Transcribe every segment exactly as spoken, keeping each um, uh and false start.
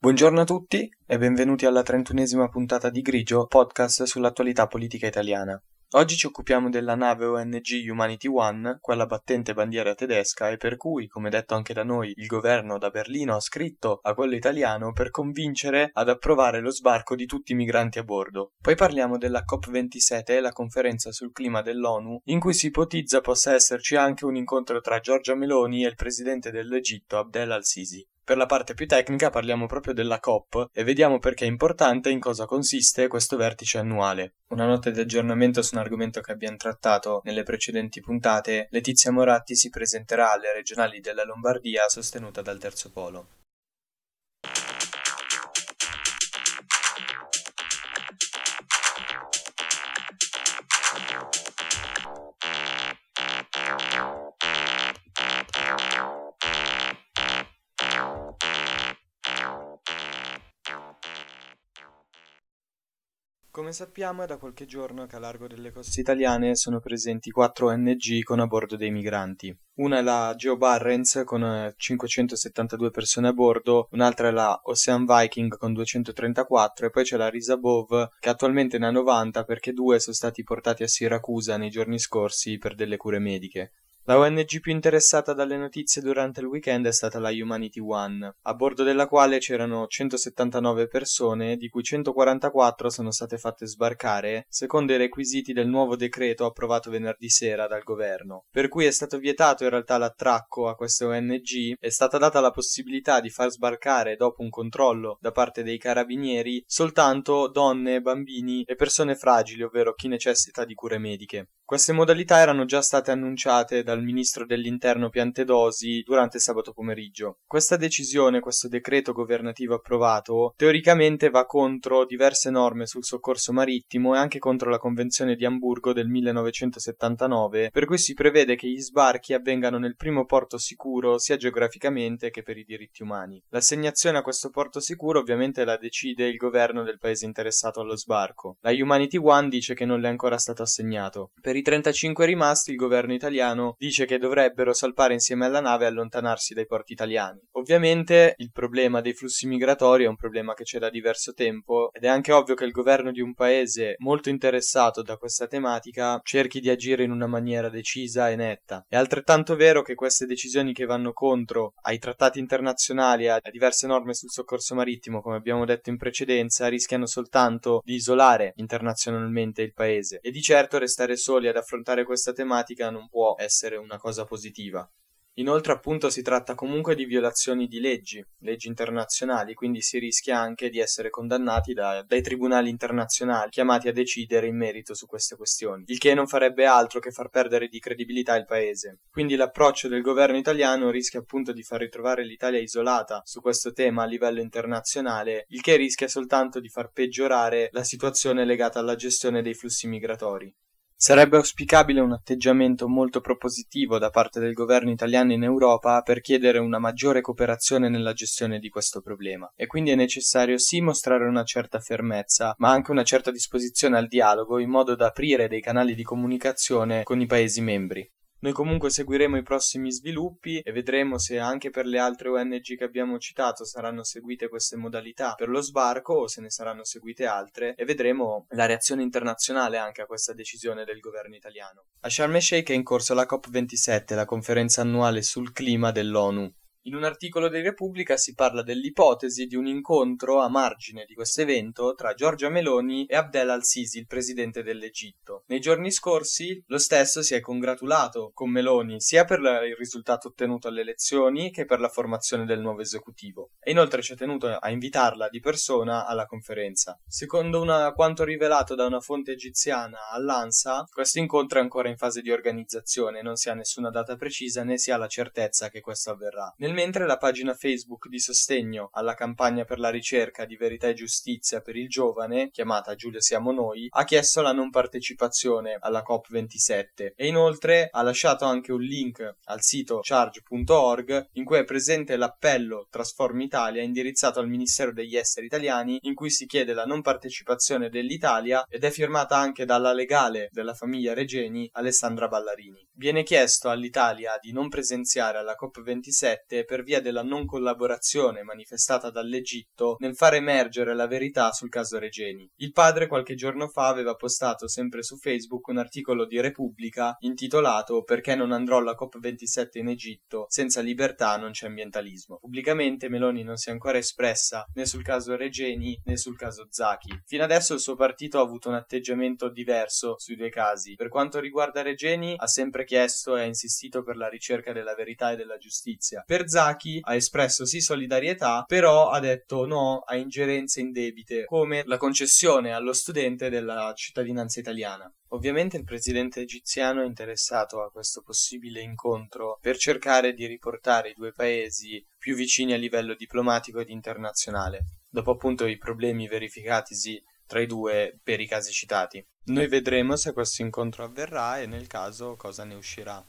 Buongiorno a tutti e benvenuti alla trentunesima puntata di Grigio, podcast sull'attualità politica italiana. Oggi ci occupiamo della nave O N G Humanity One, quella battente bandiera tedesca e per cui, come detto anche da noi, il governo da Berlino ha scritto a quello italiano per convincere ad approvare lo sbarco di tutti i migranti a bordo. Poi parliamo della COP ventisette, la conferenza sul clima dell'ONU, in cui si ipotizza possa esserci anche un incontro tra Giorgia Meloni e il presidente dell'Egitto Abdel al-Sisi. Per la parte più tecnica parliamo proprio della COP e vediamo perché è importante e in cosa consiste questo vertice annuale. Una nota di aggiornamento su un argomento che abbiamo trattato nelle precedenti puntate: Letizia Moratti si presenterà alle regionali della Lombardia sostenuta dal Terzo Polo. Come sappiamo, è da qualche giorno che a largo delle coste italiane sono presenti quattro O N G con a bordo dei migranti. Una è la Geo Barents con cinquecentosettantadue persone a bordo, un'altra è la Ocean Viking con duecentotrentaquattro e poi c'è la Risabov che attualmente ne ha novanta perché due sono stati portati a Siracusa nei giorni scorsi per delle cure mediche. La O N G più interessata dalle notizie durante il weekend è stata la Humanity One, a bordo della quale c'erano centosettantanove persone, di cui centoquarantaquattro sono state fatte sbarcare, secondo i requisiti del nuovo decreto approvato venerdì sera dal governo. Per cui è stato vietato in realtà l'attracco a queste O N G, è stata data la possibilità di far sbarcare dopo un controllo da parte dei carabinieri soltanto donne, bambini e persone fragili, ovvero chi necessita di cure mediche. Queste modalità erano già state annunciate dal ministro dell'interno Piantedosi durante sabato pomeriggio. Questa decisione, questo decreto governativo approvato, teoricamente va contro diverse norme sul soccorso marittimo e anche contro la Convenzione di Amburgo del millenovecentosettantanove, per cui si prevede che gli sbarchi avvengano nel primo porto sicuro sia geograficamente che per i diritti umani. L'assegnazione a questo porto sicuro ovviamente la decide il governo del paese interessato allo sbarco. La Humanity One dice che non le è ancora stato assegnato. Per i trentacinque rimasti il governo italiano dice che dovrebbero salpare insieme alla nave e allontanarsi dai porti italiani. Ovviamente il problema dei flussi migratori è un problema che c'è da diverso tempo ed è anche ovvio che il governo di un paese molto interessato da questa tematica cerchi di agire in una maniera decisa e netta. È altrettanto vero che queste decisioni che vanno contro ai trattati internazionali, a diverse norme sul soccorso marittimo, come abbiamo detto in precedenza, rischiano soltanto di isolare internazionalmente il paese e di certo restare soli ad affrontare questa tematica non può essere una cosa positiva. Inoltre appunto si tratta comunque di violazioni di leggi, leggi internazionali, quindi si rischia anche di essere condannati da, dai tribunali internazionali chiamati a decidere in merito su queste questioni, il che non farebbe altro che far perdere di credibilità il paese. Quindi l'approccio del governo italiano rischia appunto di far ritrovare l'Italia isolata su questo tema a livello internazionale, il che rischia soltanto di far peggiorare la situazione legata alla gestione dei flussi migratori. Sarebbe auspicabile un atteggiamento molto propositivo da parte del governo italiano in Europa per chiedere una maggiore cooperazione nella gestione di questo problema e quindi è necessario sì mostrare una certa fermezza ma anche una certa disposizione al dialogo in modo da aprire dei canali di comunicazione con i Paesi membri. Noi comunque seguiremo i prossimi sviluppi e vedremo se anche per le altre O N G che abbiamo citato saranno seguite queste modalità per lo sbarco o se ne saranno seguite altre e vedremo la reazione internazionale anche a questa decisione del governo italiano. A Sharm el Sheikh è in corso la COP ventisette, la conferenza annuale sul clima dell'ONU. In un articolo di Repubblica si parla dell'ipotesi di un incontro a margine di questo evento tra Giorgia Meloni e Abdel al-Sisi, il presidente dell'Egitto. Nei giorni scorsi lo stesso si è congratulato con Meloni sia per il risultato ottenuto alle elezioni che per la formazione del nuovo esecutivo e inoltre ci ha tenuto a invitarla di persona alla conferenza. Secondo una, quanto rivelato da una fonte egiziana all'ANSA, questo incontro è ancora in fase di organizzazione, non si ha nessuna data precisa né si ha la certezza che questo avverrà. Nel mentre la pagina Facebook di sostegno alla campagna per la ricerca di verità e giustizia per il giovane, chiamata Giulia Siamo Noi, ha chiesto la non partecipazione alla COP ventisette e inoltre ha lasciato anche un link al sito charge punto org in cui è presente l'appello Trasformi Italia indirizzato al Ministero degli Esteri italiani in cui si chiede la non partecipazione dell'Italia ed è firmata anche dalla legale della famiglia Regeni Alessandra Ballarini. Viene chiesto all'Italia di non presenziare alla COP ventisette per via della non collaborazione manifestata dall'Egitto nel far emergere la verità sul caso Regeni. Il padre qualche giorno fa aveva postato sempre su Facebook un articolo di Repubblica intitolato "Perché non andrò alla COP ventisette in Egitto? Senza libertà non c'è ambientalismo". Pubblicamente Meloni non si è ancora espressa né sul caso Regeni né sul caso Zaki. Fino adesso il suo partito ha avuto un atteggiamento diverso sui due casi. Per quanto riguarda Regeni, ha sempre chiesto e ha insistito per la ricerca della verità e della giustizia. Per Zaki ha espresso sì solidarietà, però ha detto no a ingerenze indebite, come la concessione allo studente della cittadinanza italiana. Ovviamente il presidente egiziano è interessato a questo possibile incontro per cercare di riportare i due paesi più vicini a livello diplomatico ed internazionale, dopo appunto i problemi verificatisi tra i due per i casi citati. Noi vedremo se questo incontro avverrà e nel caso cosa ne uscirà.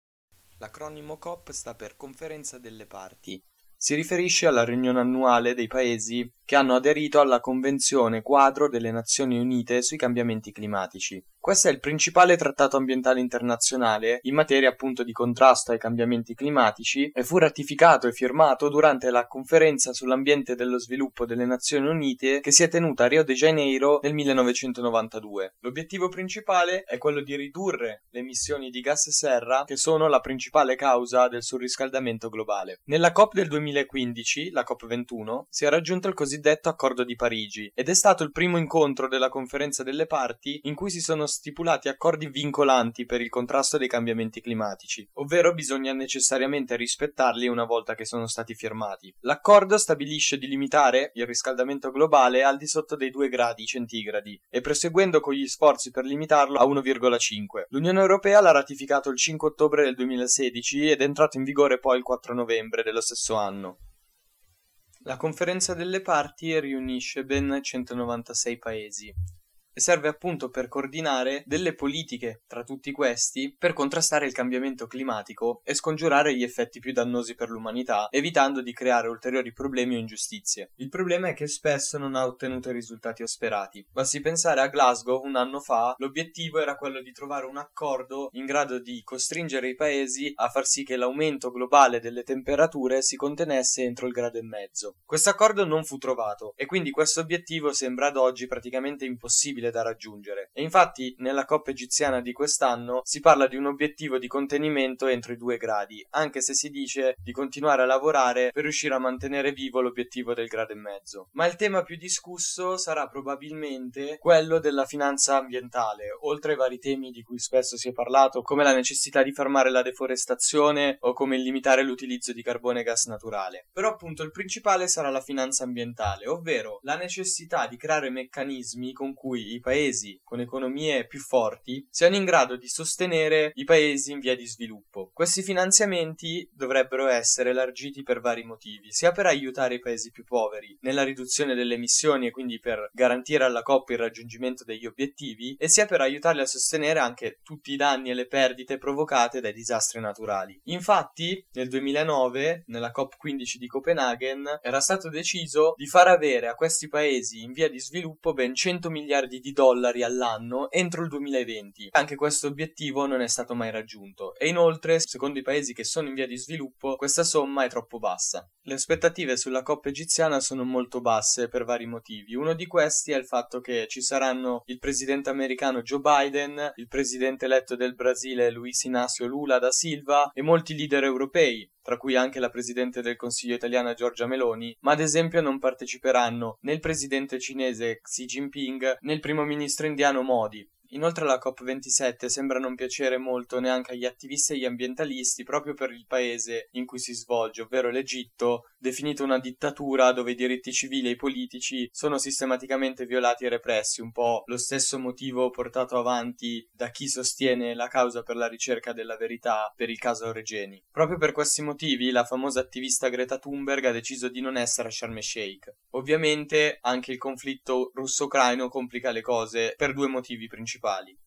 L'acronimo COP sta per Conferenza delle Parti. Si riferisce alla riunione annuale dei paesi che hanno aderito alla Convenzione quadro delle Nazioni Unite sui cambiamenti climatici. Questo è il principale trattato ambientale internazionale in materia appunto di contrasto ai cambiamenti climatici e fu ratificato e firmato durante la Conferenza sull'ambiente e dello sviluppo delle Nazioni Unite che si è tenuta a Rio de Janeiro nel millenovecentonovantadue. L'obiettivo principale è quello di ridurre le emissioni di gas serra che sono la principale causa del surriscaldamento globale. Nella COP del duemilaquindici, la COP ventuno, si è raggiunto il cosiddetto Accordo di Parigi ed è stato il primo incontro della Conferenza delle Parti in cui si sono stipulati accordi vincolanti per il contrasto dei cambiamenti climatici, ovvero bisogna necessariamente rispettarli una volta che sono stati firmati. L'accordo stabilisce di limitare il riscaldamento globale al di sotto dei due gradi centigradi e proseguendo con gli sforzi per limitarlo a uno virgola cinque. L'Unione Europea l'ha ratificato il cinque ottobre del duemilasedici ed è entrato in vigore poi il quattro novembre dello stesso anno. La Conferenza delle Parti riunisce ben centonovantasei paesi e serve appunto per coordinare delle politiche tra tutti questi per contrastare il cambiamento climatico e scongiurare gli effetti più dannosi per l'umanità, evitando di creare ulteriori problemi o ingiustizie. Il problema è che spesso non ha ottenuto i risultati sperati. Basti pensare a Glasgow un anno fa, l'obiettivo era quello di trovare un accordo in grado di costringere i paesi a far sì che l'aumento globale delle temperature si contenesse entro il grado e mezzo. Questo accordo non fu trovato e quindi questo obiettivo sembra ad oggi praticamente impossibile da raggiungere. E infatti nella COP egiziana di quest'anno si parla di un obiettivo di contenimento entro i due gradi, anche se si dice di continuare a lavorare per riuscire a mantenere vivo l'obiettivo del grado e mezzo. Ma il tema più discusso sarà probabilmente quello della finanza ambientale, oltre ai vari temi di cui spesso si è parlato, come la necessità di fermare la deforestazione o come limitare l'utilizzo di carbone e gas naturale. Però appunto il principale sarà la finanza ambientale, ovvero la necessità di creare meccanismi con cui i paesi con economie più forti siano in grado di sostenere i paesi in via di sviluppo. Questi finanziamenti dovrebbero essere elargiti per vari motivi, sia per aiutare i paesi più poveri nella riduzione delle emissioni e quindi per garantire alla COP il raggiungimento degli obiettivi, e sia per aiutarli a sostenere anche tutti i danni e le perdite provocate dai disastri naturali. Infatti, nel duemilanove, nella COP quindici di Copenaghen, era stato deciso di far avere a questi paesi in via di sviluppo ben cento miliardi di dollari all'anno entro il duemilaventi. Anche questo obiettivo non è stato mai raggiunto e inoltre, secondo i paesi che sono in via di sviluppo, questa somma è troppo bassa. Le aspettative sulla COP egiziana sono molto basse per vari motivi. Uno di questi è il fatto che ci saranno il presidente americano Joe Biden, il presidente eletto del Brasile Luiz Inácio Lula da Silva e molti leader europei, tra cui anche la presidente del Consiglio italiana Giorgia Meloni, ma ad esempio non parteciperanno né il presidente cinese Xi Jinping né il primo ministro indiano Modi. Inoltre la COP ventisette sembra non piacere molto neanche agli attivisti e agli ambientalisti proprio per il paese in cui si svolge, ovvero l'Egitto, definito una dittatura dove i diritti civili e i politici sono sistematicamente violati e repressi, un po' lo stesso motivo portato avanti da chi sostiene la causa per la ricerca della verità per il caso Regeni. Proprio per questi motivi la famosa attivista Greta Thunberg ha deciso di non essere a Sharm el-Sheikh. Ovviamente anche il conflitto russo-ucraino complica le cose per due motivi principali.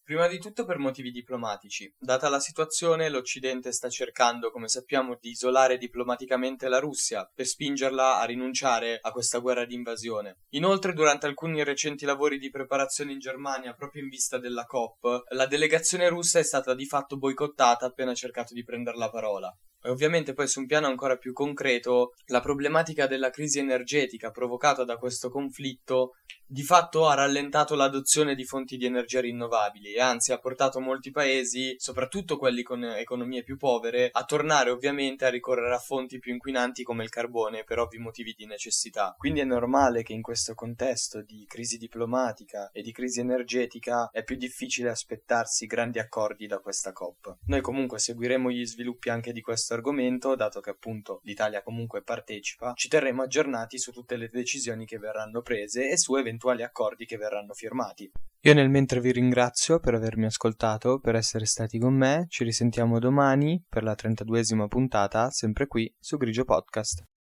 Prima di tutto per motivi diplomatici. Data la situazione, l'Occidente sta cercando, come sappiamo, di isolare diplomaticamente la Russia per spingerla a rinunciare a questa guerra di invasione. Inoltre, durante alcuni recenti lavori di preparazione in Germania, proprio in vista della COP, la delegazione russa è stata di fatto boicottata appena cercato di prendere la parola. E ovviamente poi su un piano ancora più concreto, la problematica della crisi energetica provocata da questo conflitto di fatto ha rallentato l'adozione di fonti di energia rinnovabili e anzi ha portato molti paesi, soprattutto quelli con economie più povere, a tornare ovviamente a ricorrere a fonti più inquinanti come il carbone per ovvi motivi di necessità. Quindi è normale che in questo contesto di crisi diplomatica e di crisi energetica è più difficile aspettarsi grandi accordi da questa COP. Noi comunque seguiremo gli sviluppi anche di questo argomento, dato che appunto l'Italia comunque partecipa, ci terremo aggiornati su tutte le decisioni che verranno prese e su eventuali accordi che verranno firmati. Io nel mentre vi ringrazio per avermi ascoltato, per essere stati con me, ci risentiamo domani per la trentaduesima puntata, sempre qui su Grigio Podcast.